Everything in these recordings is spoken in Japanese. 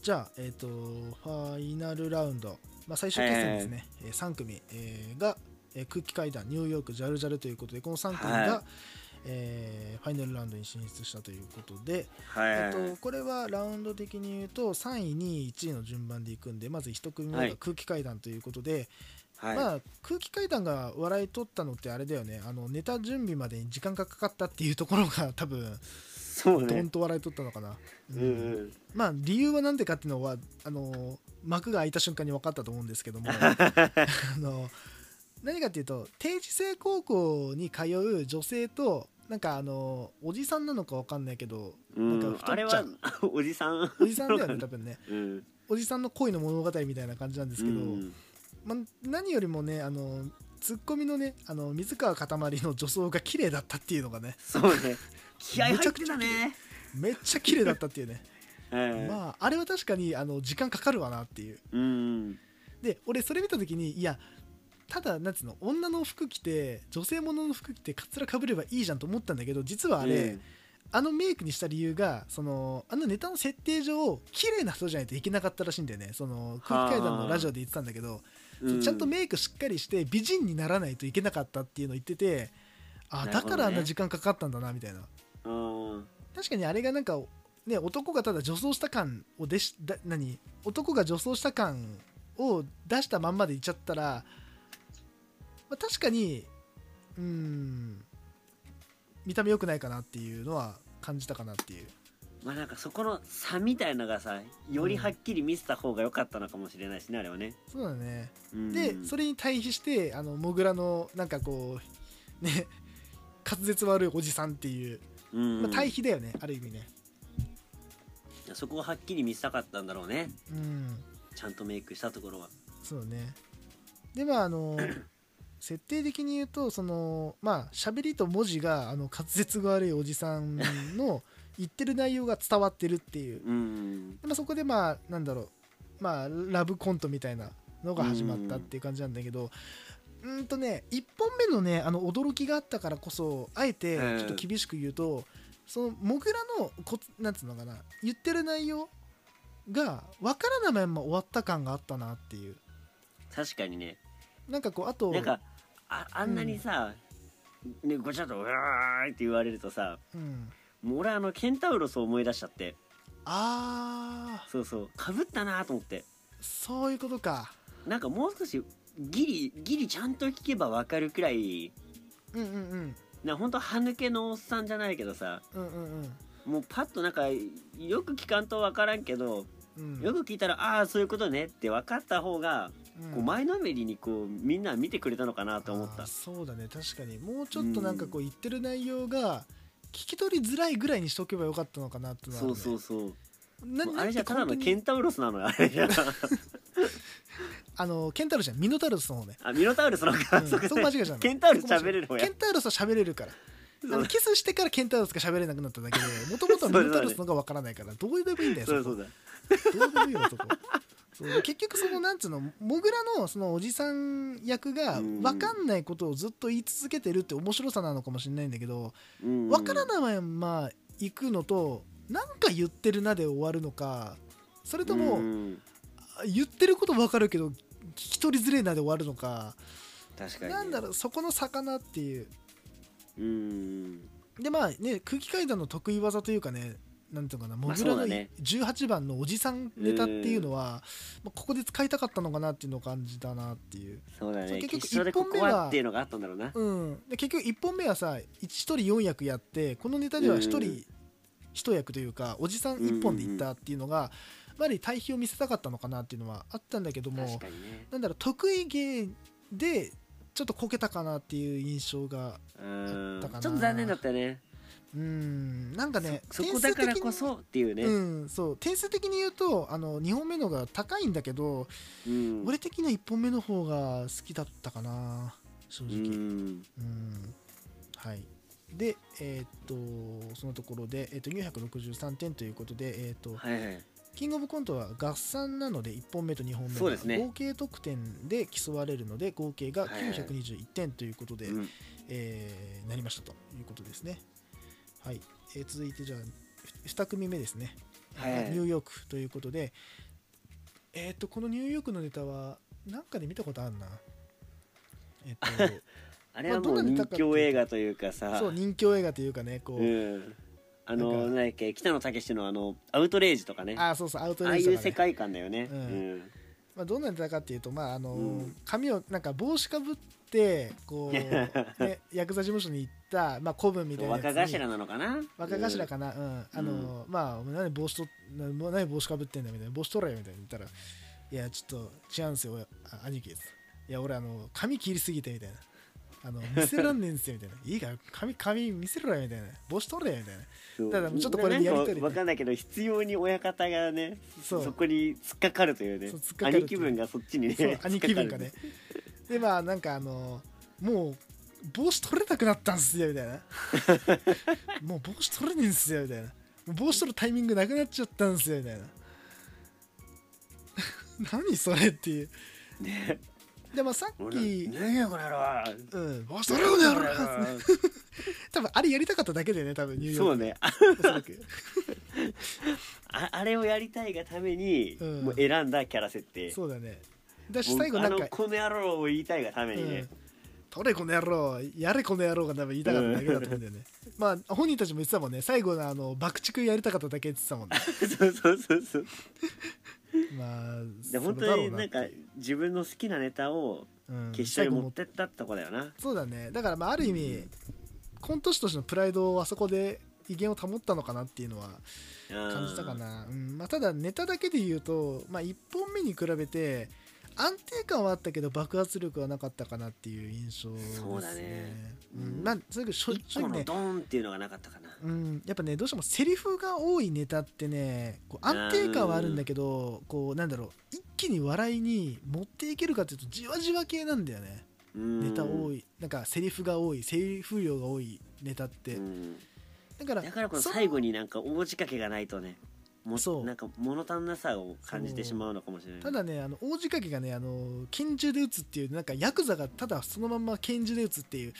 じゃあ、ファイナルラウンド、最終決戦ですね、3組、が、空気階段、ニューヨーク、ジャルジャルということで、この3組が、ファイナルラウンドに進出したということで、これはラウンド的に言うと3位、2位、1位の順番でいくんで、まず1組目が空気階段ということで、空気階段が笑い取ったのってあれだよね、ネタ準備までに時間がかかったっていうところが多分ドンと笑い取ったのかな。理由は何でかっていうのは幕が開いた瞬間に分かったと思うんですけども何かっていうと、定時制高校に通う女性となんかおじさんなのか分かんないけど、なんか太っちゃうおじさんだよね多分ね、おじさんの恋の物語みたいな感じなんですけど、何よりもねツッコミのね水川かたまりの女装が綺麗だったっていうのがね、 そうね、気合入ってたね、 めっちゃ綺麗だったっていうねあれは確かに時間かかるわなっていう、で俺それ見た時に、いやただなんつうの、女の服着て女性ものの服着てカツラかぶればいいじゃんと思ったんだけど、実はあれ、メイクにした理由がネタの設定上綺麗な人じゃないといけなかったらしいんだよね。空気階段のラジオで言ってたんだけど、ちゃんとメイクしっかりして美人にならないといけなかったっていうのを言ってて、だからあんな時間かかったんだなみたいな。確かにあれがなんかね、男がただ女装した感を男が女装した感を出したまんまでいっちゃったら、確かに見た目良くないかなっていうのは感じたかなっていう。 なんかそこの差みたいなのがさ、よりはっきり見せた方が良かったのかもしれないしね、あれはね。 そうだね。でそれに対比してモグラのなんかこうね滑舌悪いおじさんっていう、対比だよね、ある意味ね。 そこをはっきり見せたかったんだろうね。ちゃんとメイクしたところは。 そうね。で設定的に言うと喋りと文字が滑舌が悪いおじさんの言ってる内容が伝わってるっていう、でそこでなんだろう、ラブコントみたいなのが始まったっていう感じなんだけど、1本目のね驚きがあったからこそあえてちょっと厳しく言うと、そのモグラのなんつうのかな、言ってる内容が分からないまま終わった感があったなっていう。 確かにね。 なんかこうあとなんかあんなにさ、ごちゃっとうわーって言われるとさ、もう俺ケンタウロスを思い出しちゃって、そうかぶったなと思って。 そういうことか。なんかもう少しギリちゃんと聞けば分かるくらい、ほんと歯抜けのおっさんじゃないけどさ、もうパッとなんかよく聞かんと分からんけど、よく聞いたらそういうことねって分かった方が、こう前のめりにこうみんな見てくれたのかなと思った。 そうだね、確かにもうちょっとなんかこう言ってる内容が聞き取りづらいぐらいにしとけばよかったのかなってのはあるね。 そうあれじゃただのケンタウロスなのよ、あれじゃケンタウロスじゃん、ミノタウロスの方ね。 ミノタウロスの方か、 そこ間違えちゃう。 ケンタウロス喋れる方や。 ケンタウロスは喋れるから、キスしてからケンタウロスが喋れなくなっただけで、もともとはミノタウロスの方がわからないから、どうでもいいんだよ。そうだどうでもいいよそこ。結局なんつうの、モグラのそのおじさん役が分かんないことをずっと言い続けてるって面白さなのかもしれないんだけど、分からないまま行くのと、なんか言ってるなで終わるのか、それとも言ってること分かるけど聞き取りづれえなで終わるのか、 確かに、 なんだろう、そこの差かなっていう。で空気階段の得意技というかね、なんていうかな、モグラの18番のおじさんネタっていうのは、ここで使いたかったのかなっていうのを感じたなっていう。 そうだね、結局1本目はっていうのがあったんだろうな。 で結局1本目はさ、1人4役やって、このネタでは1人1役というかおじさん1本でいったっていうのが、やはり対比を見せたかったのかなっていうのはあったんだけども、なんだろう、得意芸でちょっとこけたかなっていう印象があったかな。 ちょっと残念だったね。 なんかね、 そこだからこそっていうね。 そう点数的に言うと2本目のが高いんだけど、俺的には1本目の方が好きだったかな、正直。はい。でそのところで963点ということで、キングオブコントは合算なので1本目と2本目が合計得点で競われるので、合計が921点ということでなりましたということですね。はい。続いてじゃあ2組目ですね。 はい、 ニューヨークということで、このニューヨークのネタはなんかで見たことあるな。 あれはもう人気映画というかさ、 そう人気映画というかね、こう、 なんだっけ、北野武のアウトレイジとかね、 そうそうアウトレイジとか、ね、 ああいう世界観だよね。 まあ、どんなネタかっていうと、まあ髪をなんか帽子かぶってこう、ね、ヤクザ事務所に行った、まあ、子分みたいなやつに、 若頭なのかな、 若頭かな、まあ何帽子かぶってんだみたいな、帽子取れよみたいな言ったら、いやちょっと違うんですよ兄貴です、いや俺髪切りすぎてみたいな、見せらんねえんすよみたいな、いいから髪見せろよみたいな、帽子取れよみたいな、ただちょっとこれやりとり、 分かんないけど必要に親方がね、そこに突っかかるというね、兄貴分がそっちにね、 兄貴分がね、でまあなんかもう帽子取れなくなったんすよみたいなもう帽子取れねえんすよみたいな、帽子取るタイミングなくなっちゃったんすよみたいな何それっていうね。 でもさっき何やこれは、 帽子取れよこの野郎多分あれやりたかっただけでね、多分ニューヨーク、 そうねあれをやりたいがために、もう選んだキャラ設定、 そうだね。だし最後なんかこの野郎を言いたいがためにね、 取れこの野郎、やれこの野郎が多分言いたかっただけだと思うんだよね、まあ本人たちも言ってたもんね、最後の爆竹やりたかっただけって言ってたもんねそうまあで本当になんか自分の好きなネタを決勝に持ってったってとこだよな、 そうだね。だからまあある意味、コント師としてのプライドをあそこで威厳を保ったのかなっていうのは感じたかな、まあ、ただネタだけで言うと、まあ、1本目に比べて安定感はあったけど爆発力はなかったかなっていう印象ですね。 そうだね。 まあそれが正直ね、 ドーンっていうのがなかったかな。 やっぱねどうしてもセリフが多いネタってね、こう安定感はあるんだけど、こうなんだろう、一気に笑いに持っていけるかっていうとじわじわ系なんだよね。ネタ多い、なんかセリフが多い、セリフ量が多いネタって。だからこの最後になんか大仕掛けがないとね。そうなんか物足んなさを感じてしまうのかもしれない。 ただね、大仕掛けがね、拳銃で撃つっていう、なんかヤクザがただそのまま拳銃で撃つっていう、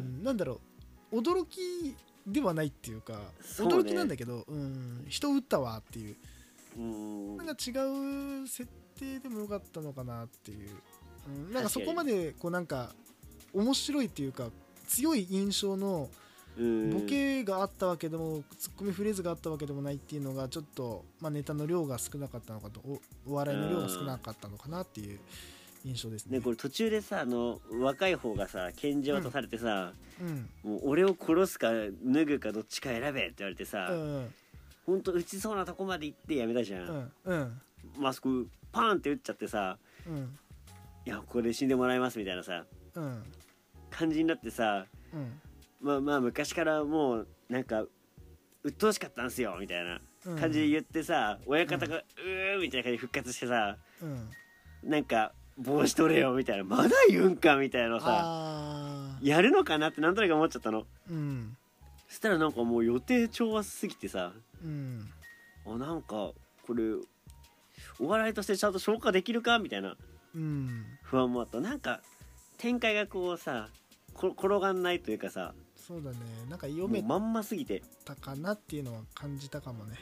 なんだろう、驚きではないっていうか、驚きなんだけど、人撃ったわっていう、なんか違う設定でもよかったのかなっていう、なんかそこまでこうなんか面白いっていうか強い印象のボケがあったわけでもツッコミフレーズがあったわけでもないっていうのがちょっと、まあ、ネタの量が少なかったのかと、お笑いの量が少なかったのかなっていう印象ですね。 これ途中でさ、若い方がさ拳銃渡されてさ、もう俺を殺すか脱ぐかどっちか選べって言われてさ、ほんと撃ちそうなとこまで行ってやめたじゃん。マスクパーンって撃っちゃってさ、いやここで死んでもらいますみたいなさ、感じになってさ、まあ昔からもうなんか鬱陶しかったんすよみたいな感じで言ってさ、親方がみたいな感じで復活してさ、なんか帽子取れよみたいな、まだ言うんかみたいなのさ、やるのかなってなんとなく思っちゃったの。そしたらなんかもう予定調和すぎてさ、なんかこれお笑いとしてちゃんと消化できるかみたいな不安もあった。なんか展開がこうさ転がんないというかさ、 そうだね、なんか読めまんますぎてたかなっていうのは感じたかもね。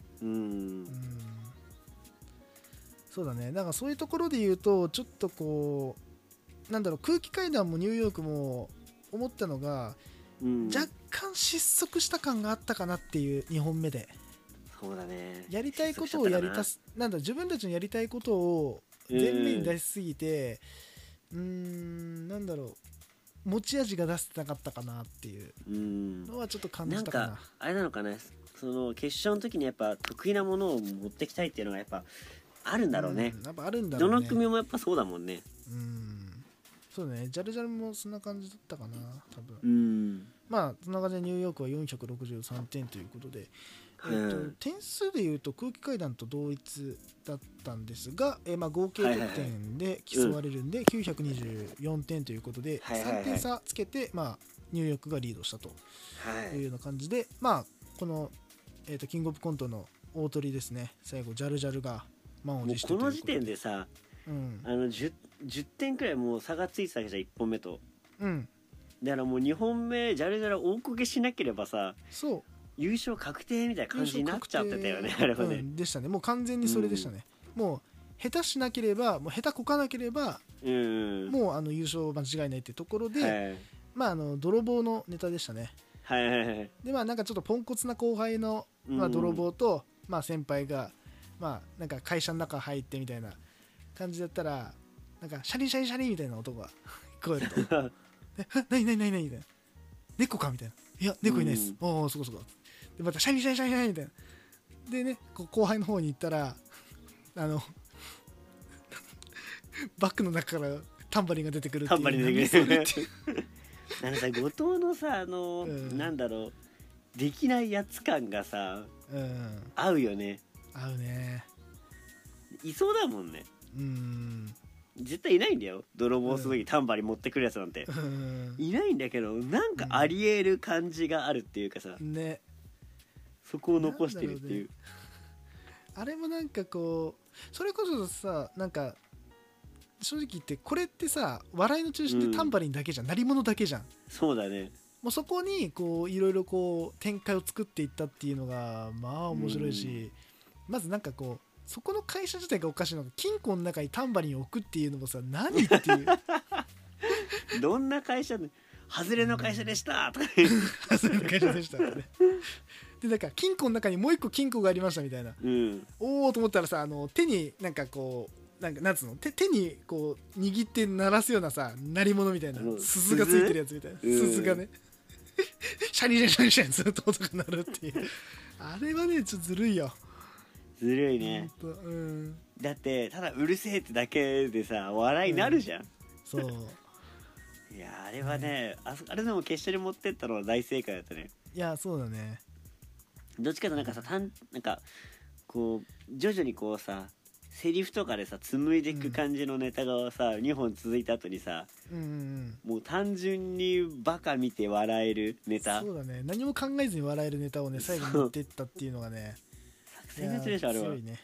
そうだね、なんかそういうところで言うとちょっとこうなんだろう、空気階段もニューヨークも思ったのが、若干失速した感があったかなっていう。2本目でそうだね、 やりたいことをやりたす、なんだ自分たちのやりたいことを前面に出しすぎて、なんだろう、持ち味が出せてなかったかなっていうのはちょっと感じたかな。 なんかあれなのかな、その決勝の時にやっぱ得意なものを持ってきたいっていうのがやっぱあるんだろうね。 やっぱあるんだろうね。 どの組もやっぱそうだもんね。 そうね、ジャルジャルもそんな感じだったかな多分。まあそんな感じでニューヨークは463点ということで、点数でいうと空気階段と同一だったんですが、合計得点で競われるんで924点ということで、3点差つけて、ニューヨークがリードしたというような感じで、この、キングオブコントの大トリですね、最後ジャルジャルが満を持してということで、 この時点でさ、10点くらいもう差がついてたわけじゃん、1本目と。だからもう2本目ジャルジャル大こけしなければさ、 そう優勝確定みたいな感じになっちゃってたよねあれはね、 でしたね。もう完全にそれでしたね、もう下手しなければもう下手こかなければ、もう優勝間違いないっていうところで、泥棒のネタでしたね。でなんかちょっとポンコツな後輩の、泥棒と、先輩が、なんか会社の中入ってみたいな感じだったら、なんかシャリシャリシャリみたいな音が聞こえると何みたいな、猫かみたいな、いや猫いないです、おおそこそこで、またシャリシャリシャリシャリみたいなでね、後輩の方に行ったらバッグの中からタンバリンが出てくるっていう。タンバリン出てくるなんかさ、後藤のさなんだろう、できないやつ感がさ、合うよね。 合うね。 いそうだもんね。絶対いないんだよ、泥棒する時タンバリン持ってくるやつなんて、いないんだけど、なんかありえる感じがあるっていうかさ、ね、そこを残してるっていう、 あれもなんかこう、それこそさ、なんか正直言ってこれってさ、笑いの中心ってタンバリンだけじゃん、鳴り物だけじゃん。 そうだね。 もうそこにこういろいろこう展開を作っていったっていうのが面白いし、まずなんかこうそこの会社自体がおかしいのが、金庫の中にタンバリンを置くっていうのもさ、何っていうどんな会社で、外れの会社でしたとか外れの会社でしたってねでなんか金庫の中にもう一個金庫がありましたみたいな、おおと思ったらさ、手になんかこうなんつうの、手にこう握って鳴らすようなさ、鳴り物みたいな、鈴がついてるやつみたいな、鈴がねシャリシャリシャリシャリずっと音が鳴るっていう、あれはねちょっとずるいよ。 ずるいね、だってただうるせえってだけでさ笑いになるじゃん、そういやあれはね、あれでも決勝に持ってったのは大正解だったね。 いやそうだね。 どっちかとなんかさ、なんかこう徐々にこうさ、セリフとかでさ紡いでいく感じのネタがさ、2本続いた後にさ、もう単純にバカ見て笑えるネタ、 そうだね、何も考えずに笑えるネタをね最後に持ってったっていうのがね、 作戦勝ちでしょあれは。強いね。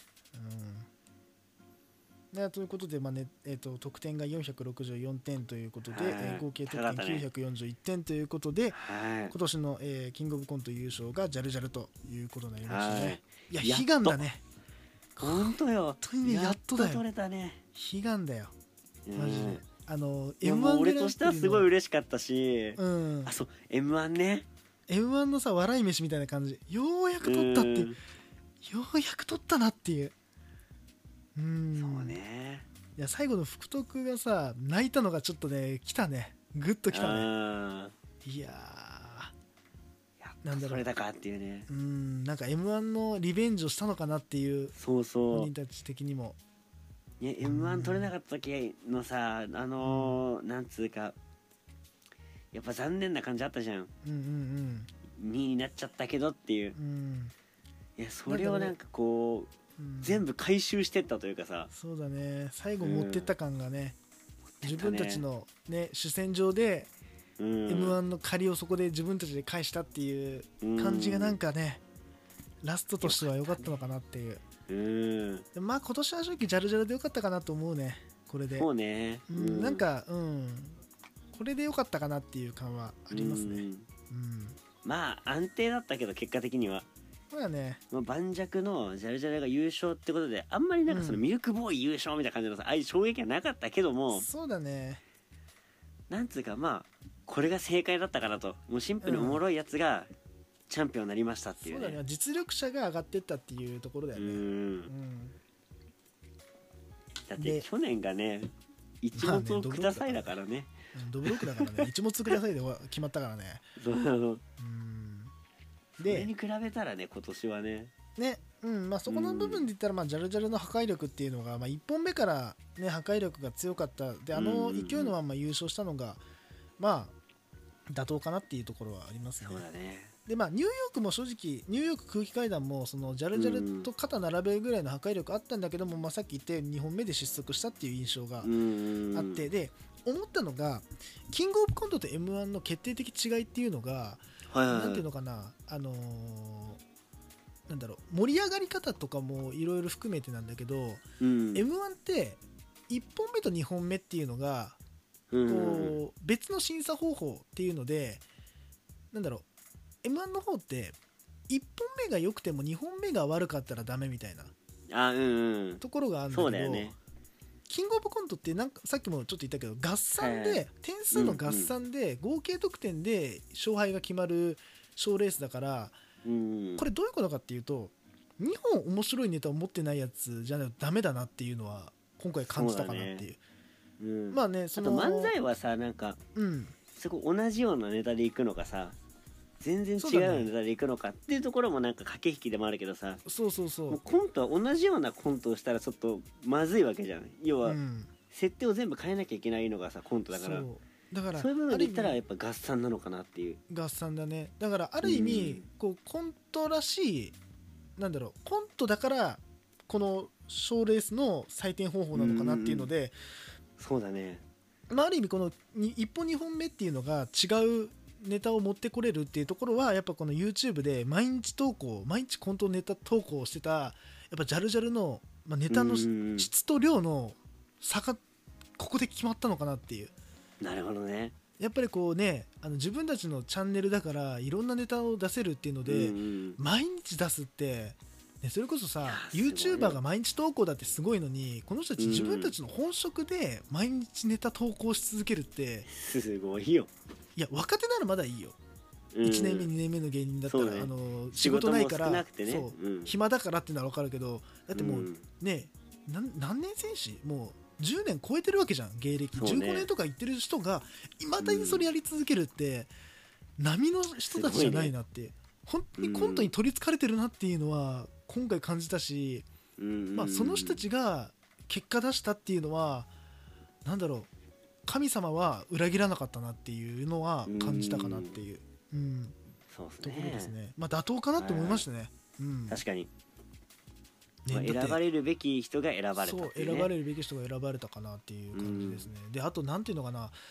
ということで、得点が464点ということで、合計得点941点ということで、今年の、キングオブコント優勝がジャルジャルということになりましたね。いや悲願だね。 本当よ。 本当にね、やっとだよ。 取れたね。 悲願だよ。マジで。 M1 俺としてはすごい嬉しかったし、あ、そう M1 ね。 M1 のさ、笑い飯みたいな感じ。ようやく取ったって、ようやく取ったなっていう。 そうね。 いや最後の福徳がさ、泣いたのがちょっとね、来たね。グッと来たね。いやなんだろう、それだかっていうね。 なんか M1 のリベンジをしたのかなっていう、 そうそう、 本人たち的にも。 M1 取れなかった時のさ、なんつうか、やっぱ残念な感じあったじゃん。2位になっちゃったけどっていう。いやそれをなんかこう、全部回収してったというかさ、 そうだね、最後持ってった感がね、自分たちのね主戦場で M1 の借りをそこで自分たちで返したっていう感じがなんかね、ラストとしては良かったのかなっていう。まあ今年は正直ジャルジャルで良かったかなと思うね、これで。 そうね、 なんかこれで良かったかなっていう感はありますね。 まあ安定だったけど結果的には。 そうだね。 盤石のジャルジャルが優勝ってことで、あんまりなんかそのミルクボーイ優勝みたいな感じのさ、ああいう衝撃はなかったけども、 そうだね。 なんつうか、まあこれが正解だったかなと。もうシンプルにおもろいやつがチャンピオンになりましたっていうね。 そうだね、実力者が上がってったっていうところだよね。 だって去年がね、一物をくださいだからね。 ドブロックだからね、一物くださいで決まったからね。 そうなの。で、それに比べたらね、今年はね。 そこの部分で言ったら、ジャルジャルの破壊力っていうのが、1本目からね破壊力が強かった。で、勢いのまま優勝したのが妥当かなっていうところはありますね。 そうだね。 でニューヨークも正直、ニューヨーク空気階段もそのジャルジャルと肩並べるぐらいの破壊力あったんだけども、さっき言って2本目で失速したっていう印象があって、で思ったのが、キングオブコントと M1 の決定的違いっていうのが、なんていうのかな、なんだろう、盛り上がり方とかもいろいろ含めてなんだけど、M1 って1本目と2本目っていうのがこう別の審査方法っていうので、なんだろう、M1 の方って 1本目が良くても2本目が悪かったらダメみたいなところがあるんだけど、 そうだよね。 キングオブコントってなんかさっきもちょっと言ったけど合算で、点数の合算で合計得点で勝敗が決まる賞レースだから、これどういうことかっていうと2本面白いネタを持ってないやつじゃないとダメだなっていうのは今回感じたかなっていう。まあね、 あと漫才はさ、なんかすごい同じようなネタでいくのかさ、全然違うようなネタでいくのかっていうところもなんか駆け引きでもあるけどさ、もうコントは同じようなコントをしたらちょっとまずいわけじゃん。要は、設定を全部変えなきゃいけないのがさコントだから、そういう部分で言ったらやっぱ合算なのかなっていう。 合算だね。だからある意味、こうコントらしい、なんだろう、コントだからこの賞レースの採点方法なのかなっていうので、 そうだね。 まあ、ある意味この1本2本目っていうのが違うネタを持ってこれるっていうところはやっぱこの YouTube で毎日コントネタ投稿をしてたやっぱジャルジャルの、ネタの質と量の差がここで決まったのかなっていう。 なるほどね。 やっぱりこうね、自分たちのチャンネルだからいろんなネタを出せるっていうので、毎日出すって、ね、それこそさ YouTuber が毎日投稿だってすごいのに、この人たち自分たちの本職で毎日ネタ投稿し続けるってすごいよ。 いや若手ならまだいいよ、1年目2年目の芸人だったら、仕事ないから、暇だからっていうのは分かるけど、だってもうね、何年選手もう10年超えてるわけじゃん、芸歴15年とか言ってる人がいまだにそれやり続けるって、波の人たちじゃないなって、本当にコントに取りつかれてるなっていうのは今回感じたし、その人たちが結果出したっていうのはなんだろう、神様は裏切らなかったなっていうのは感じたかなっていう、 そうですね、 ところですね。妥当かなって思いましたね。 確かに、選ばれるべき人が選ばれたっていうね。 選ばれるべき人が選ばれたかなっていう感じですね。で、あとなんていうのかな、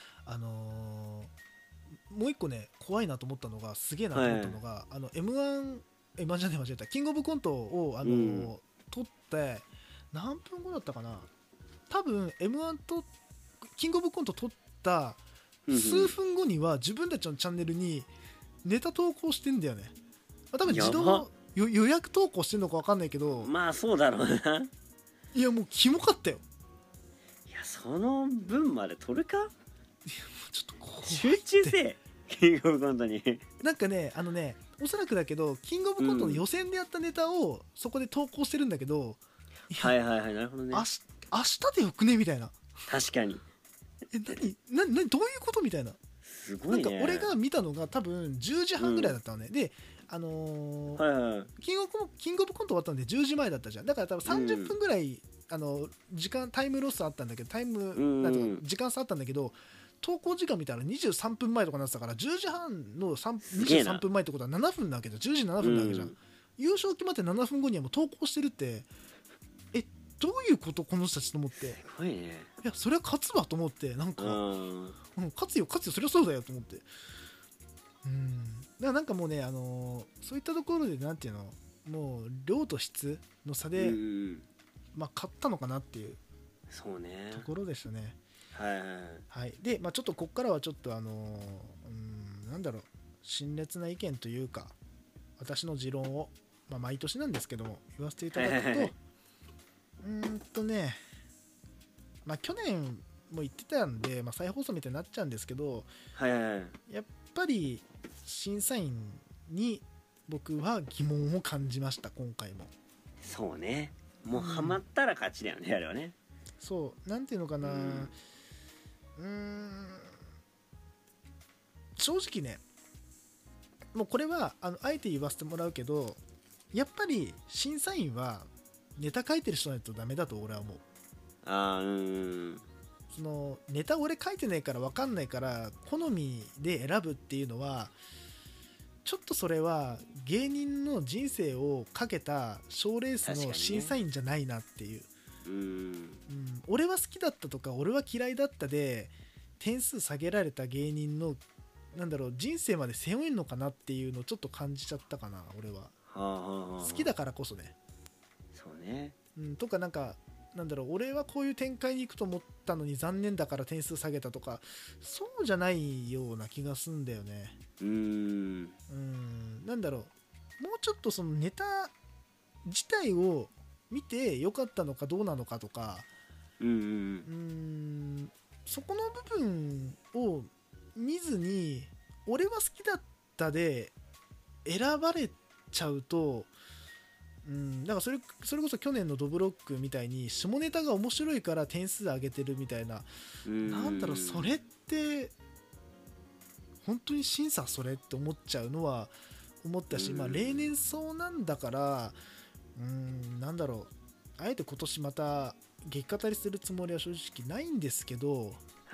もう一個ね怖いなと思ったのが、すげえなと思ったのが、M1 じゃねえ間違えた、キングオブコントを撮って何分後だったかな、多分 M1 とキングオブコント撮った数分後には自分たちのチャンネルにネタ投稿してんだよね。多分自動予約投稿してんのか分かんないけど、 まあそうだろうな。 いやもうキモかったよ。 いやその分まで撮るか。いやちょっと怖い、 集中せえキングオブコントに。なんかねおそらくだけどキングオブコントの予選でやったネタをそこで投稿してるんだけど、 はいはいはい、なるほどね。 明日でよくねみたいな。確かに。 何どういうことみたいな。 すごいね。 なんか俺が見たのが多分10時半ぐらいだったのね。でキングオブコント終わったんで10時前だったじゃん。だから多分30分ぐらい、タイムロスあったんだけど、時間差あったんだけど、投稿時間見たら23分前とかなってたから、10時半の23分前ってことは7分なわけじゃん。10時7分なわけじゃん。優勝決まって7分後にはもう投稿してるって、どういうことこの人たちと思って。 すごいね。 いやそれは勝つわと思って、なんか勝つよそれはそうだよと思って。だからなんかもうね、そういったところでなんていうの、もう量と質の差で、勝ったのかなっていうそうねところでしたね。 はい。 で、ちょっとここからはちょっとなんだろう、辛辣な意見というか私の持論を、毎年なんですけども言わせていただくと、去年も言ってたんで、再放送みたいになっちゃうんですけど、やっぱり審査員に僕は疑問を感じました、今回も。 そうね、もうハマったら勝ちだよね、あれはね。 そうなんていうのかな、正直ね、もうこれはあえて言わせてもらうけど、やっぱり審査員はネタ書いてる人ないとダメだと俺は思う。そのネタ俺書いてないから分かんないから好みで選ぶっていうのはちょっとそれは芸人の人生をかけた賞レースの審査員じゃないなっていう、俺は好きだったとか俺は嫌いだったで点数下げられた芸人の人生まで背負えんのかなっていうのをちょっと感じちゃったかな、俺は。好きだからこそね。 そうね。 とか俺はこういう展開に行くと思ったのに残念だから点数下げたとか、そうじゃないような気がすんだよね。 もうちょっとそのネタ自体を見てよかったのかどうなのかとか、そこの部分を見ずに俺は好きだったで選ばれちゃうと、だからそれこそ去年のドブロックみたいに下ネタが面白いから点数上げてるみたいな、なんだろう、それって本当に審査それって思っちゃうのは思ったし、例年そうなんだから、なんだろう、あえて今年また激語りするつもりは正直ないんですけど、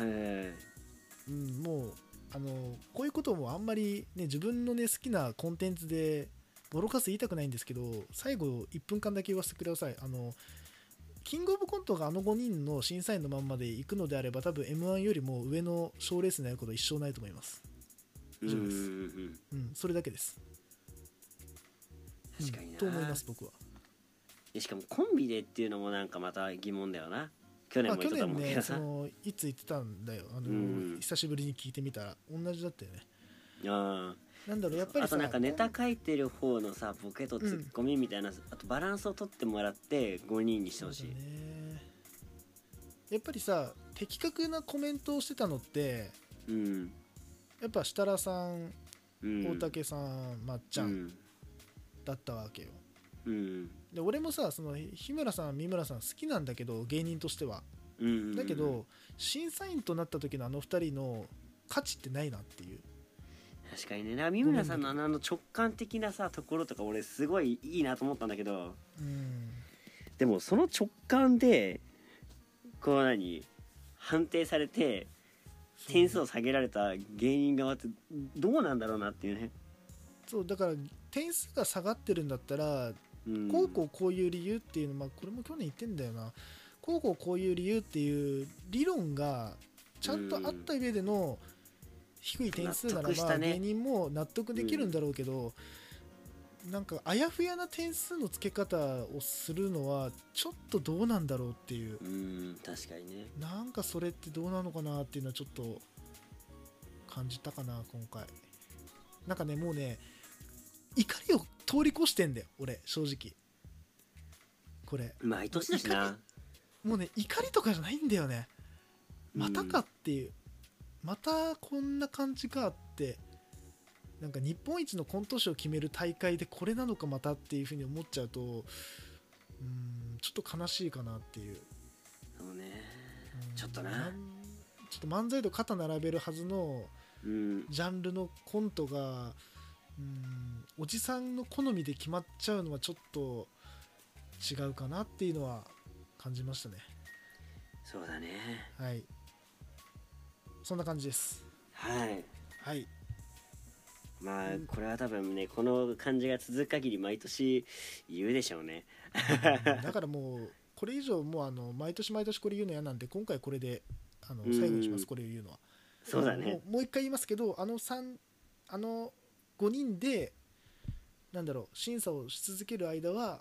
もうこういうこともあんまり、ね、自分の、ね、好きなコンテンツでボロカス言いたくないんですけど、最後1分間だけ言わせてください。キングオブコントが5人の審査員のまんまで行くのであれば、多分 M1 よりも上の賞レースになることは一生ないと思います。以上です。それだけです。 確かにな、 と思います僕は。 しかもコンビでっていうのもなんかまた疑問だよな。去年も言ってたもんね。 いつ言ってたんだよ、久しぶりに聞いてみたら同じだったよね。なんだろう、やっぱりあとなんかネタ書いてる方のさ、ボケとツッコミみたいな、あとバランスを取ってもらって5人にしてほしい。 やっぱりさ、的確なコメントをしてたのって、やっぱ設楽さん、大竹さん、まっちゃんだったわけよ。で俺もさ、その日村さん三村さん好きなんだけど、芸人としては、だけど審査員となった時の2人の価値ってないなっていう。 確かにね、三村さんの直感的なさところとか俺すごいいいなと思ったんだけど、でもその直感でこう判定されて点数を下げられた芸人側ってどうなんだろうなっていうね。 そうだから点数が下がってるんだったら、こういう理由っていうの、これも去年言ってんだよな、こういう理由っていう理論がちゃんとあった上での低い点数なら芸人も納得できるんだろうけど、なんかあやふやな点数の付け方をするのはちょっとどうなんだろうっていう。 確かにね。 なんかそれってどうなのかなっていうのはちょっと感じたかな今回。なんかね、もうね、怒りを通り越してんだよ俺正直。これ毎年だしな。 もうね、怒りとかじゃないんだよね。またかっていう、またこんな感じかって、なんか日本一のコント師を決める大会でこれなのかまたっていう風に思っちゃうと、ちょっと悲しいかなっていう。 そうね、ちょっとな、 ちょっと漫才と肩並べるはずのジャンルのコントがおじさんの好みで決まっちゃうのはちょっと違うかなっていうのは感じましたね。 そうだね。 はい、そんな感じです。 はい、 はい、 これは多分ね、この感じが続く限り毎年言うでしょうね。 だからもうこれ以上もう毎年毎年これ言うの嫌なんで、今回これで最後にします。これを言うのはそうだね。 もう一回言いますけど、5人でなんだろう、審査をし続ける間は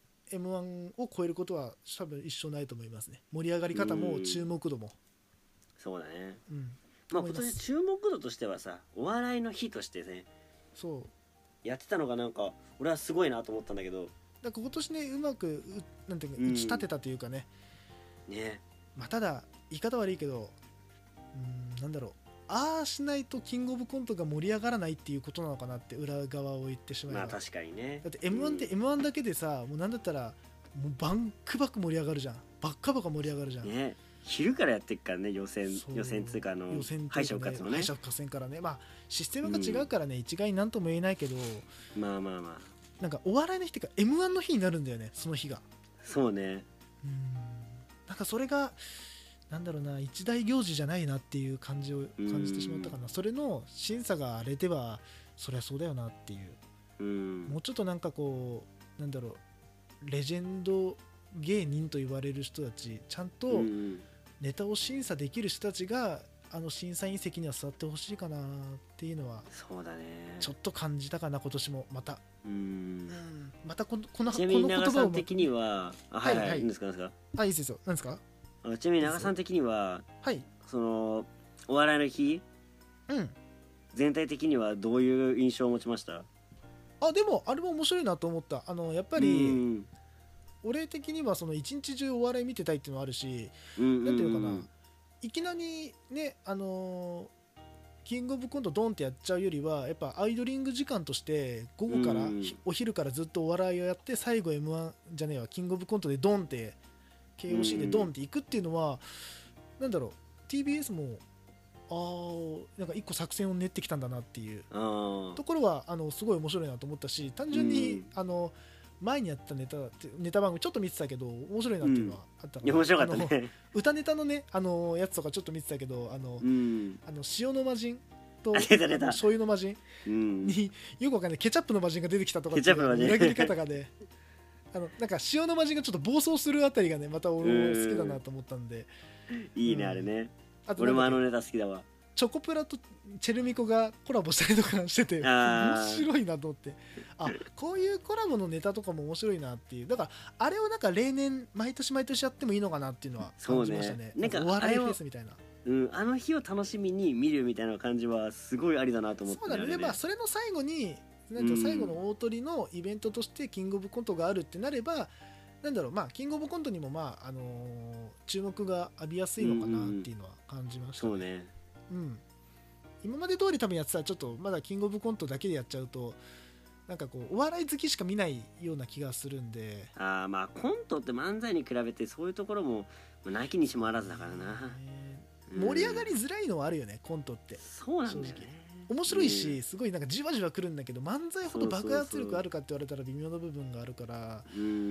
M1 を超えることは多分一生ないと思いますね。盛り上がり方も注目度も。 そうだね。今年注目度としてはさ、お笑いの日としてね、そうやってたのがなんか俺はすごいなと思ったんだけど、 だから今年ね、うまくなんていうか打ち立てたというかね。ただ言い方悪いけど、なんだろう、ああしないとキングオブコントが盛り上がらないっていうことなのかなって、裏側を言ってしまえば。 確かにね。 だって M1 って M1 だけでさ、もうなんだったらもうバンクバク盛り上がるじゃん。バッカバカ盛り上がるじゃん。 昼からやってっからね、予選通過の敗者復活のね。 敗者復活戦からね。システムが違うからね、一概になんとも言えないけど、なんかお笑いの日っていうか M1 の日になるんだよね、その日が。 そうね。 なんかそれがなんだろうな、一大行事じゃないなっていう感じを感じてしまったかな。それの審査が荒れてはそりゃそうだよなっていう。もうちょっとなんかこう、なんだろう、レジェンド芸人と言われる人たち、ちゃんとネタを審査できる人たちが審査員席には座ってほしいかなっていうのは、 そうだね、 ちょっと感じたかな今年も。またまたこのちなみに長さん的には、いいんですか、いいですよ、何ですか。 ちなみに長さん的には、そのお笑いの日、全体的にはどういう印象を持ちました？ でもあれも面白いなと思った。やっぱり俺的にはその一日中お笑い見てたいっていうのもあるし、なんていうのかな、いきなりねキングオブコントドンってやっちゃうよりはやっぱアイドリング時間として午後からお昼からずっとお笑いをやって最後 M1 じゃねえわキングオブコントでドンって KOC でドンっていくっていうのはなんだろう TBS もなんか一個作戦を練ってきたんだなっていうところはすごい面白いなと思ったし、単純に前にやったネタ番組ちょっと見てたけど面白いなっていうのはあったから、 面白かったね。 歌ネタのねやつとかちょっと見てたけど塩の魔人と醤油の魔人によくわかんないケチャップの魔人が出てきたとかっていう裏切り方がねなんか塩の魔人がちょっと暴走するあたりがねまた俺も好きだなと思ったんでいいねあれね。俺もネタ好きだわ。 チョコプラとチェルミコがコラボしたりとかしてて面白いなと思って、こういうコラボのネタとかも面白いなっていう、だからあれをなんか例年毎年毎年やってもいいのかなっていうのは感じましたね。なんかお笑いフェスみたいな、 あの日を楽しみに見るみたいな感じはすごいありだなと思って、 そうだね。まあそれの最後になんか最後の大トリのイベントとしてキングオブコントがあるってなればなんだろう、まあキングオブコントにもまあ注目が浴びやすいのかなっていうのは感じましたね。 そうね。 今まで通り多分やってたらちょっとまだキングオブコントだけでやっちゃうとなんかこうお笑い好きしか見ないような気がするんで、 まあコントって漫才に比べてそういうところもなきにしもあらずだからな、 盛り上がりづらいのはあるよねコントって。 そうなんだよね。 面白いしすごいなんかじわじわくるんだけど漫才ほど爆発力あるかって言われたら微妙な部分があるから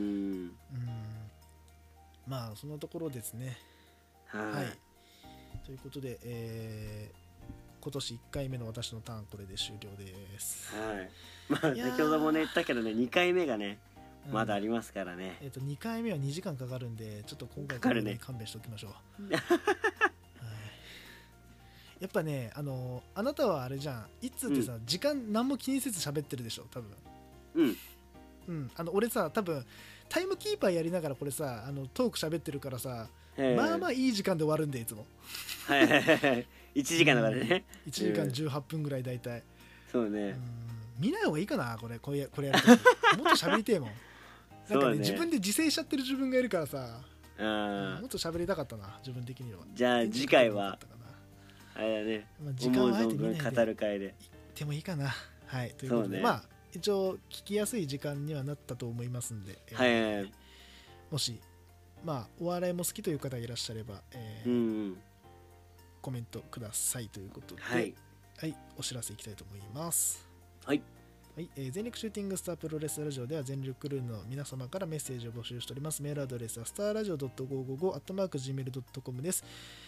まあそのところですね。はいということで、今年1回目の私のターンこれで終了です。 まあ先ほどもね言ったけどね2回目がねまだありますからね。 2回目は2時間かかるんでちょっと今回からね勘弁しておきましょう。やっぱねあなたはあれじゃんいつってさ、時間何も気にせず喋ってるでしょ多分。俺さ多分タイムキーパーやりながらこれさトーク喋ってるからさまあまあいい時間で終わるんでいつも。 1時間だからね。 1時間18分ぐらいだいたい。 そうね。 見ない方がいいかなこれやるときもっと喋りてえもん。なんかね自分で自制しちゃってる自分がいるからさもっと喋りたかったな自分的には。 じゃあ次回はあれだね時間をあえて見ないで語る会で言ってもいいかな。はいということでまあ一応聞きやすい時間にはなったと思いますんでもしまあお笑いも好きという方がいらっしゃればコメントくださいということではいお知らせいきたいと思います。全力シューティングスタープロレスラジオでは全力クルーの皆様からメッセージを募集しております。メールアドレスはスターラジオ .555@gmail.com です。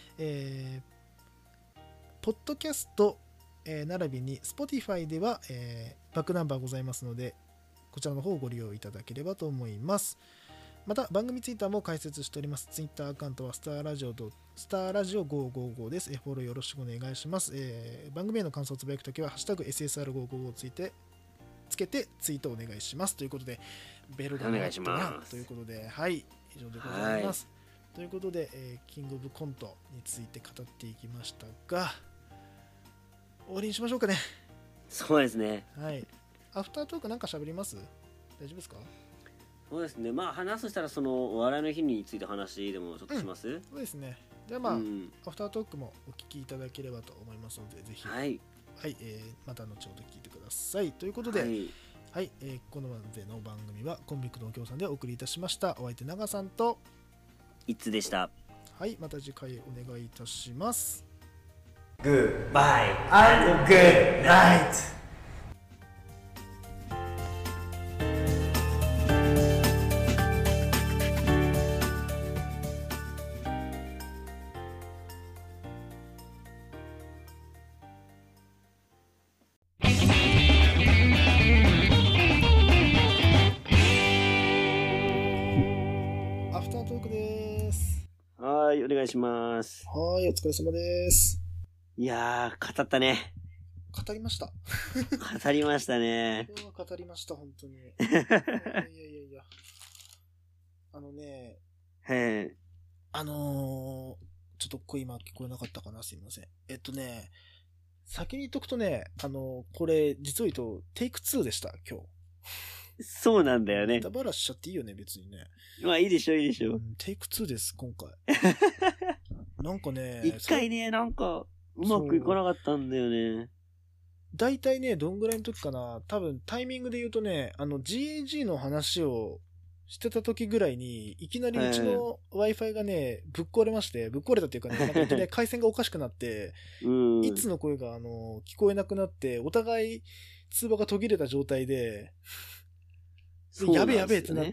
ポッドキャスト並びに Spotify ではバックナンバーございますのでこちらの方をご利用いただければと思います。また番組ツイッターも開設しております。ツイッターアカウントはスターラジオ555です。フォローよろしくお願いします。番組への感想をつぶやくときはハッシュタグ SSR555 をつけてツイートお願いしますということでベルが鳴ったなということではい以上でございます。ということで、キングオブコントについて語っていきましたが終わりにしましょうかね。 そうですね。 アフタートークなんか喋ります？大丈夫ですか？ そうですね。まあ話すしたらそのお笑いの日について話でもちょっとします？ そうですね。じゃあまあ、アフタートークもお聞きいただければと思いますのでぜひまた後ほど聞いてくださいということでこのまでの番組はコンビクのお協賛でお送りいたしました。お相手長さんといつでした。 また次回お願いいたします。 Goodbye and good night.お願いします。 お疲れ様です。 いやー、語ったね。 語りました。 語りましたね。 今日は語りました、本当に。いや。ちょっと声今聞こえなかったかな、すいません。 先に言っとくとね、これ、実を言うと、テイク2でした、今日。 そうなんだよね。 ネタバラしちゃっていいよね、別にね。 まあいいでしょ、いいでしょ。 テイク2です、今回。なんかね、 一回ね、なんか、うまくいかなかったんだよね。 大体ね、どんぐらいの時かな、多分タイミングで言うとね、GAG の話をしてた時ぐらいに、いきなりうちの Wi-Fi がね、ぶっ壊れまして、ぶっ壊れたっていうかね、なんかいきなり回線がおかしくなって、いつの声が聞こえなくなって、お互い通話が途切れた状態で、やべえやべえってなって、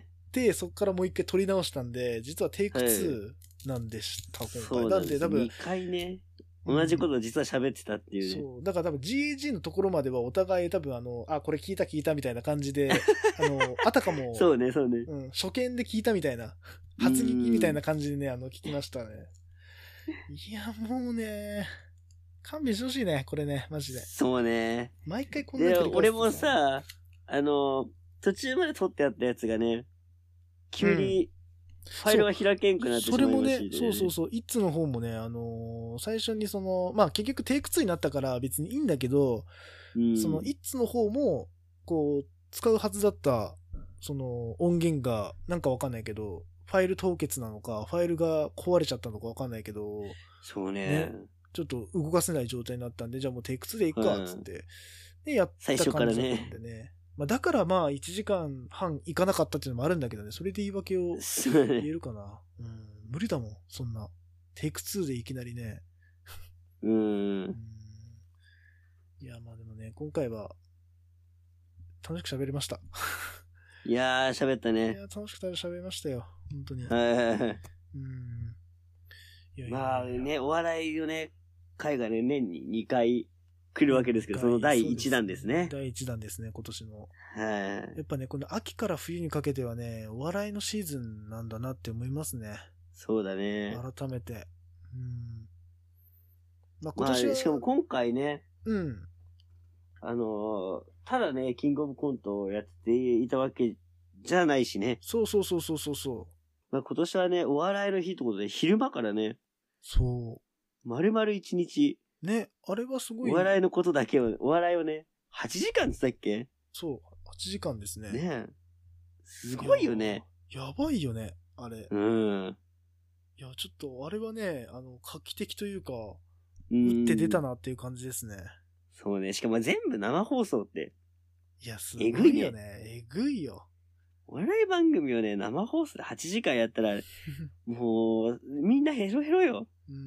そっからもう一回撮り直したんで、実はテイク2なんでした、今回。なんで多分。 2回ね、同じこと実は喋ってたっていうね。 そう。だから多分 GAG のところまではお互い多分これ聞いたみたいな感じで、あたかも、 そうね、そうね。 うん、初見で聞いたみたいな、初聞きみたいな感じでね、聞きましたね。いや、もうね、勘弁してほしいね、これね、マジで。 そうね。 毎回こんなに俺もさ、途中まで撮ってあったやつがね、急に、ファイルが開けんくなってしまいました、ね。 それもね、そうそうそう、いつの方もね、最初にまあ結局テイク2になったから別にいいんだけど、いつの方も、こう、使うはずだった、音源が、なんかわかんないけど、ファイル凍結なのか、ファイルが壊れちゃったのかわかんないけど、 そうね。 ちょっと動かせない状態になったんで、じゃあもうテイク2でいくか、つって。で、やった感じだったんでね。まあ、だからまあ1時間半いかなかったっていうのもあるんだけどね、それで言い訳を言えるかな。うん、無理だもん、そんな。テイク2でいきなりね。いや、まあでもね、今回は楽しく喋りました。 いやー、喋ったね。 いや、楽しく喋りましたよ、本当に。 まあね、お笑いのね、会がね、年に2回来るわけですけど、その第1弾ですね。 第1弾ですね、今年の。やっぱね、この秋から冬にかけてはね、お笑いのシーズンなんだなって思いますね。 そうだね。 改めて。 まあ今年は、しかも今回ね、ただね、キングオブコントをやっていたわけじゃないしね。 そう。 まあ今年はね、お笑いの日ってことで、昼間からね。 そう。 丸々1日。 ね、あれはすごい。 お笑いのことだけを、お笑いをね、8時間って言ったっけ？ そう、8時間ですね。 ねえ。すごいよね。 やばいよね、あれ。いや、ちょっと、あれはね、画期的というか、打って出たなっていう感じですね。 そうね。しかも全部生放送って。 いや、すごいよね。えぐいよ。 お笑い番組をね、生放送で8時間やったら、もう、みんなヘロヘロよ。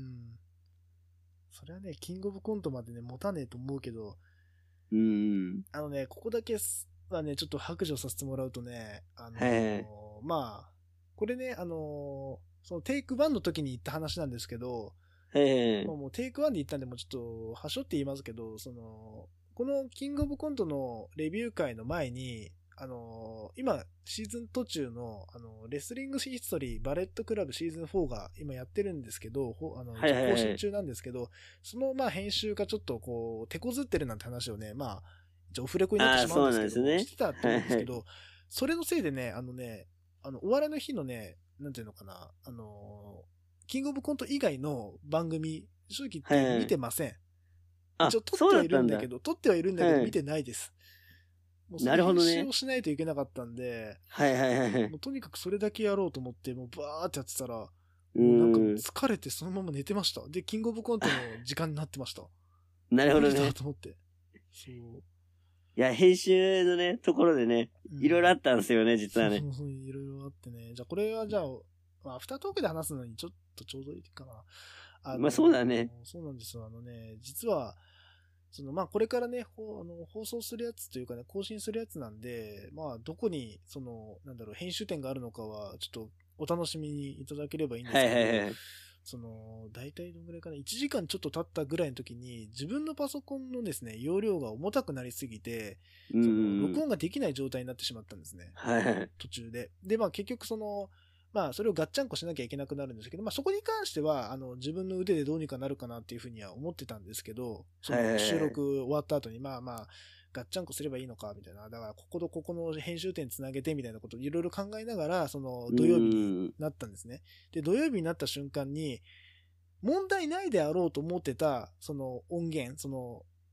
それはね、キングオブコントまでね、持たねえと思うけど、ここだけはね、ちょっと白状させてもらうとね、まあ、これね、そのテイク1の時に言った話なんですけど、もうテイク1で言ったんで、もうちょっと、はしょって言いますけど、このキングオブコントのレビュー会の前に、今、シーズン途中の、レスリングヒストリーバレットクラブシーズン4が今やってるんですけど、更新中なんですけど、その、まあ、編集がちょっとこう、手こずってるなんて話をね、まあ、オフレコになってしまうんですけど、してたと思うんですけど、それのせいでね、お笑いの日のね、なんていうのかな、キングオブコント以外の番組、正直言って見てません。一応撮ってはいるんだけど、見てないです。 なるほどね。 編集をしないといけなかったんで、もうとにかくそれだけやろうと思って、もうバーってやってたら、なんか疲れてそのまま寝てました。で、キングオブコントの時間になってました。 なるほどね。 と思って。そう。 いや、編集のね、ところでね、いろいろあったんですよね、実はね。 そう、いろいろあってね。じゃあこれはアフタートークで話すのにちょっとちょうどいいかな。 まあそうだね。 そうなんですよ。実は、まあ、これからね、放送するやつというかね、更新するやつなんで、まあ、どこに、編集点があるのかは、ちょっと、お楽しみにいただければいいんですけど、大体どんぐらいかな、1時間ちょっと経ったぐらいの時に、自分のパソコンのですね、容量が重たくなりすぎて、録音ができない状態になってしまったんですね。途中で。で、まあ、結局まあ、それをガッチャンコしなきゃいけなくなるんですけど、まあ、そこに関しては、自分の腕でどうにかなるかなっていうふうには思ってたんですけど、収録終わった後に、まあまあ、ガッチャンコすればいいのか、みたいな。だから、こことここの編集点つなげて、みたいなことをいろいろ考えながら、土曜日になったんですね。で、土曜日になった瞬間に、問題ないであろうと思ってた、音源、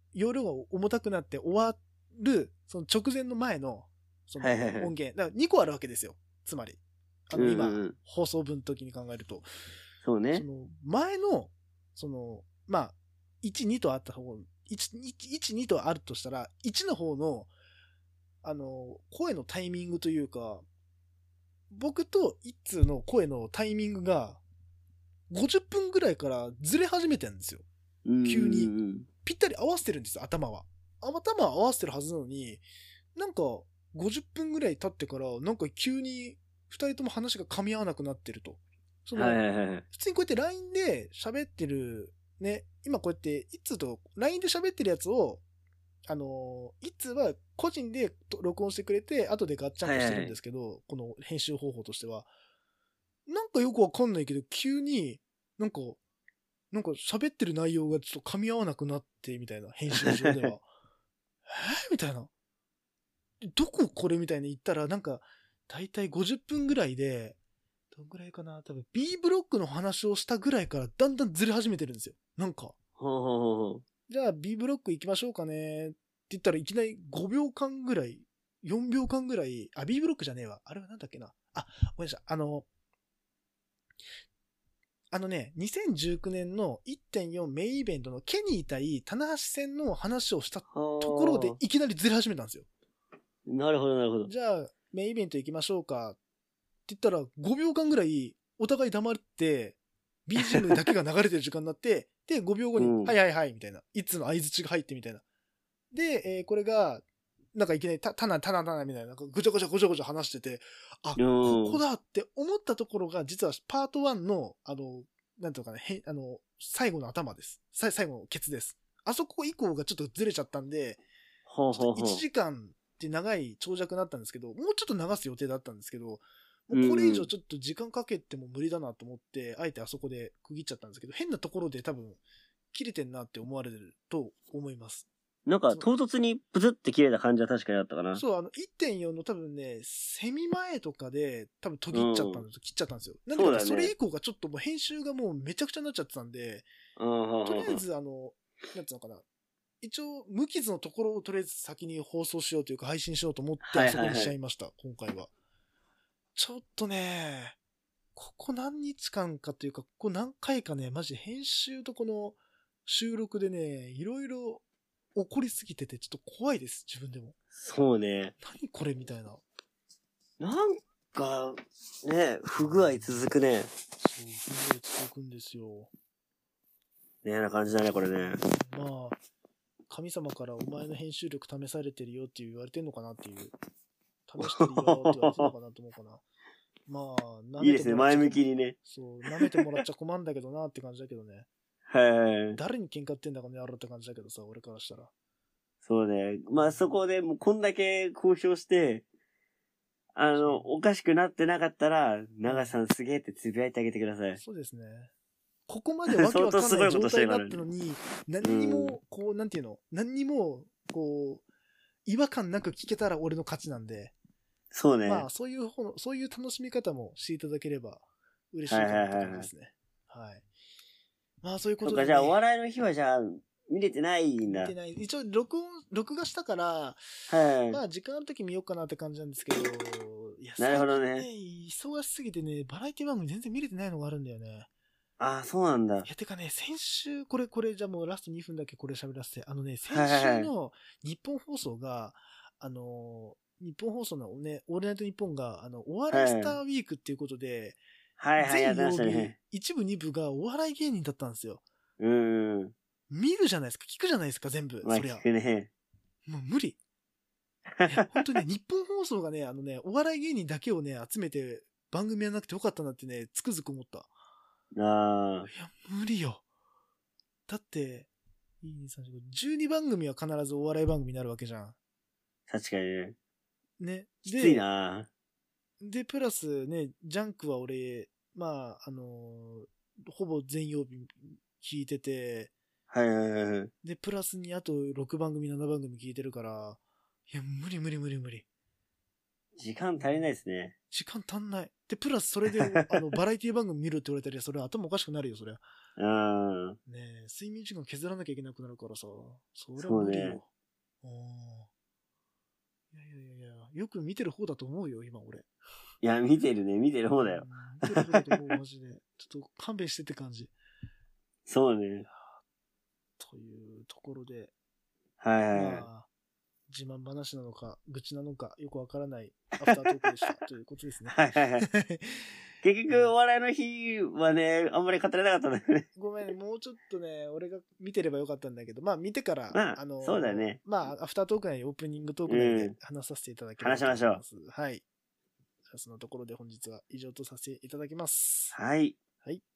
容量が重たくなって終わる、その直前の前の、その音源。だから2個あるわけですよ。つまり。今、放送分の時に考えると。 そうね。 その、前の、その、まあ、1、2とあった方、1、2とあるとしたら、1の方の、声のタイミングというか、僕と一通の声のタイミングが、50分ぐらいからずれ始めてるんですよ。急に。ぴったり合わせてるんですよ、頭は。頭は合わせてるはずなのに、なんか、50分ぐらい経ってから、なんか急に、2人とも話が噛み合わなくなってると。その、普通にこうやって LINE で喋ってる、ね、今こうやって、一通と LINE で喋ってるやつを、一通は個人で録音してくれて、後でガッチャンコしてるんですけど、この編集方法としては。なんかよくわかんないけど、急に、なんか喋ってる内容がちょっと噛み合わなくなって、みたいな、編集上では。みたいな。どここれみたいに言ったら、なんか、だいたい50分ぐらいで、どんぐらいかな多分 B ブロックの話をしたぐらいからだんだんずれ始めてるんですよ。なんか。じゃあ B ブロック行きましょうかねって言ったらいきなり5秒間ぐらい、4秒間ぐらい、B ブロックじゃねえわ。あれはなんだっけな。ごめんなさい。2019年の 1.4 メインイベントのケニー対棚橋戦の話をしたところでいきなりずれ始めたんですよ。 なるほど、なるほど。 じゃあ、メインイベント行きましょうかって言ったら5秒間ぐらいお互い黙って、BGM だけが流れてる時間になって、で、5秒後に、はいはいはい、みたいな。いつの相槌が入ってみたいな。で、これが、なんかいきなり、タナみたいな、なんかぐちゃぐちゃ話してて、ここだって思ったところが、実はパート1の、なんていうかね、最後の頭です。最後のケツです。あそこ以降がちょっとずれちゃったんで、1時間って長い長尺になったんですけど、もうちょっと流す予定だったんですけど、もうこれ以上ちょっと時間かけても無理だなと思って、あえてあそこで区切っちゃったんですけど、変なところで多分、切れてんなって思われると思います。 なんか唐突にプツって切れた感じは確かにあったかな。 そう、1.4 の多分ね、セミ前とかで多分途切っちゃったんですよ。切っちゃったんですよ。なんでかそれ以降がちょっともう編集がもうめちゃくちゃになっちゃってたんで、とりあえずなんつうのかな。一応、無傷のところをとりあえず先に放送しようというか配信しようと思ってあそこにしちゃいました、今回は。ちょっとね、ここ何日間かというか、ここ何回かね、マジ編集とこの収録でね、いろいろ起こりすぎてて、ちょっと怖いです、自分でも。 そうね。 何これみたいな。 なんか、ね、不具合続くね。 そう、不具合続くんですよ。 ねえな感じだね、これね。 まあ、神様からお前の編集力試されてるよって言われてんのかなっていう。試してるよって言われてるのかなと思うかな。まあ、 いいですね、前向きにね。 そう、舐めてもらっちゃ困るんだけどなって感じだけどね。 はい。 誰に喧嘩ってんだかね、やろうって感じだけどさ、俺からしたら。 そうね。まあそこでもうこんだけ公表して、おかしくなってなかったら、長さんすげえってつぶやいてあげてください。 そうですね。ここまでわけわかんない状態になったのに、何にも、こう、なんていうの、何にも、こう、違和感なく聞けたら俺の勝ちなんで。 そうね。 まあ、そういう楽しみ方もしていただければ嬉しいかなって感じですね。はい。まあ、そういうことで、ね。 じゃあ、お笑いの日はじゃあ、見れてないんだ。 見てない。一応、録画したから、 はい。 まあ、時間あるとき見ようかなって感じなんですけど、いや、 なるほどね。 忙しすぎてね、バラエティ番組全然見れてないのがあるんだよね。 ああ、そうなんだ。いや、てかね、先週、これ、じゃあもうラスト2分だけこれ喋らせて、先週の日本放送が、日本放送のね、オールナイトニッポンが、お笑いスターウィークっていうことで、全曜日、一部二部がお笑い芸人だったんですよ。見るじゃないですか、聞くじゃないですか、全部。 まあ、そりゃ。聞くね。 もう無理。本当にね、日本放送がね、お笑い芸人だけをね、集めて番組やらなくてよかったなってね、つくづく思った。 ああ。 いや、無理よ。だって、12番組は必ずお笑い番組になるわけじゃん。 確かにね。 ね。 きついなで、プラスね、ジャンクは俺、まあ、ほぼ全曜日聞いてて、 はい。 で、プラスにあと6番組、7番組聞いてるから、いや、無理。 時間足りないですね。 時間足んない。で、プラスそれで、バラエティ番組見るって言われたら、それは頭おかしくなるよ、それは。ねえ、睡眠時間削らなきゃいけなくなるからさ、それは無理よ。いや、よく見てる方だと思うよ、今俺。 いや、見てる方だよ。 見てる方だと思う、マジで。ちょっと勘弁してって感じ。 そうね。 というところで。 はいはいはい。 まあ、自慢話なのか、愚痴なのか、よくわからないアフタートークでした。ということですね。 はいはいはい。結局、お笑いの日はね、あんまり語れなかったんだよね。 ごめん、もうちょっとね、俺が見てればよかったんだけど、まあ見てから、 まあ、そうだね。 まあ、アフタートークなりオープニングトークなりで話させていただきます。 話しましょう。 はい。そのところで本日は以上とさせていただきます。 はい。 はい。